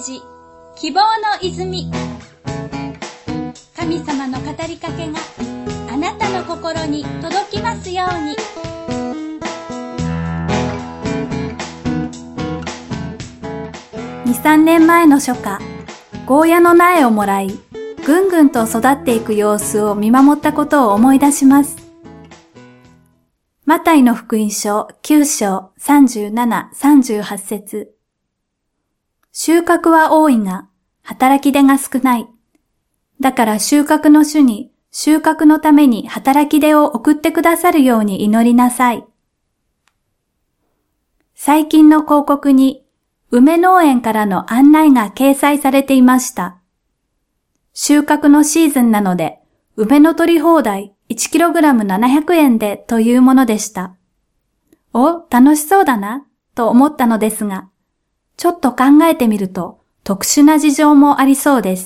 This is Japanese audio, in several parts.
ジ、希望の泉。神様の語りかけがあなたの心に届きますように。 2、3年前の初夏、ゴーヤの苗をもらい、ぐんぐんと育っていく様子を見守ったことを思い出します。マタイの福音書9章37、38節。収穫は多いが、働き手が少ない。だから収穫の主に収穫のために働き手を送ってくださるように祈りなさい。最近の広告に梅農園からの案内が掲載されていました。収穫のシーズンなので、梅の取り放題 1kg700 円でというものでした。楽しそうだな、と思ったのですが、ちょっと考えてみると特殊な事情もありそうです。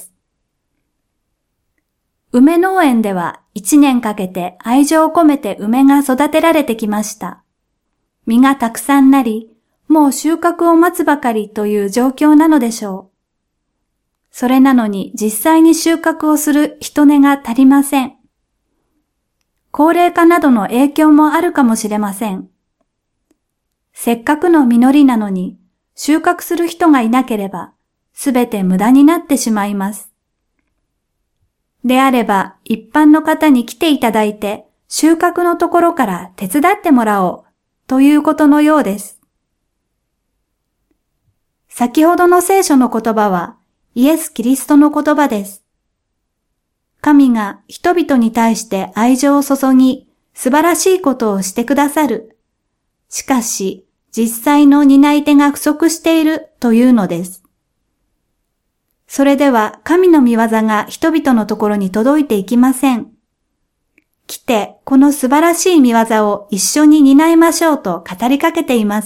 梅農園では1年かけて愛情を込めて梅が育てられてきました。実がたくさんなり、もう収穫を待つばかりという状況なのでしょう。それなのに実際に収穫をする人手が足りません。高齢化などの影響もあるかもしれません。せっかくの実りなのに収穫する人がいなければすべて無駄になってしまいます。であれば一般の方に来ていただいて収穫のところから手伝ってもらおうということのようです。先ほどの聖書の言葉はイエス・キリストの言葉です。神が人々に対して愛情を注ぎ、素晴らしいことをしてくださる。しかし、実際の担い手が不足しているというのです。それでは神の御業が人々のところに届いていきません。来て、この素晴らしい御業を一緒に担いましょうと語りかけています。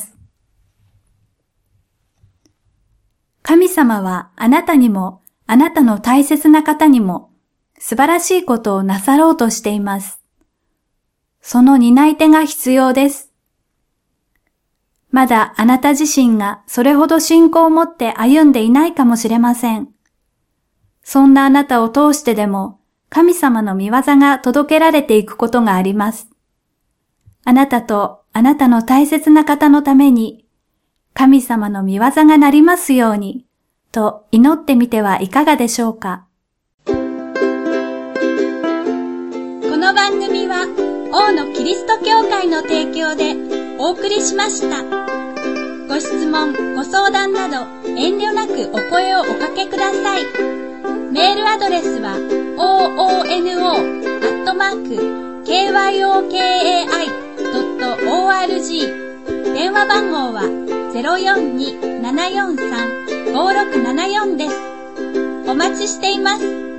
神様はあなたにも、あなたの大切な方にも、素晴らしいことをなさろうとしています。その担い手が必要です。まだあなた自身がそれほど信仰を持って歩んでいないかもしれません。そんなあなたを通してでも、神様の御業が届けられていくことがあります。あなたとあなたの大切な方のために、神様の御業がなりますように、と祈ってみてはいかがでしょうか。 この番組は、大野キリスト教会の提供でお送りしました。ご質問、ご相談など、遠慮なくお声をおかけください。メールアドレスは、oono@kyokai.org。電話番号は 042-743-5674 です。お待ちしています。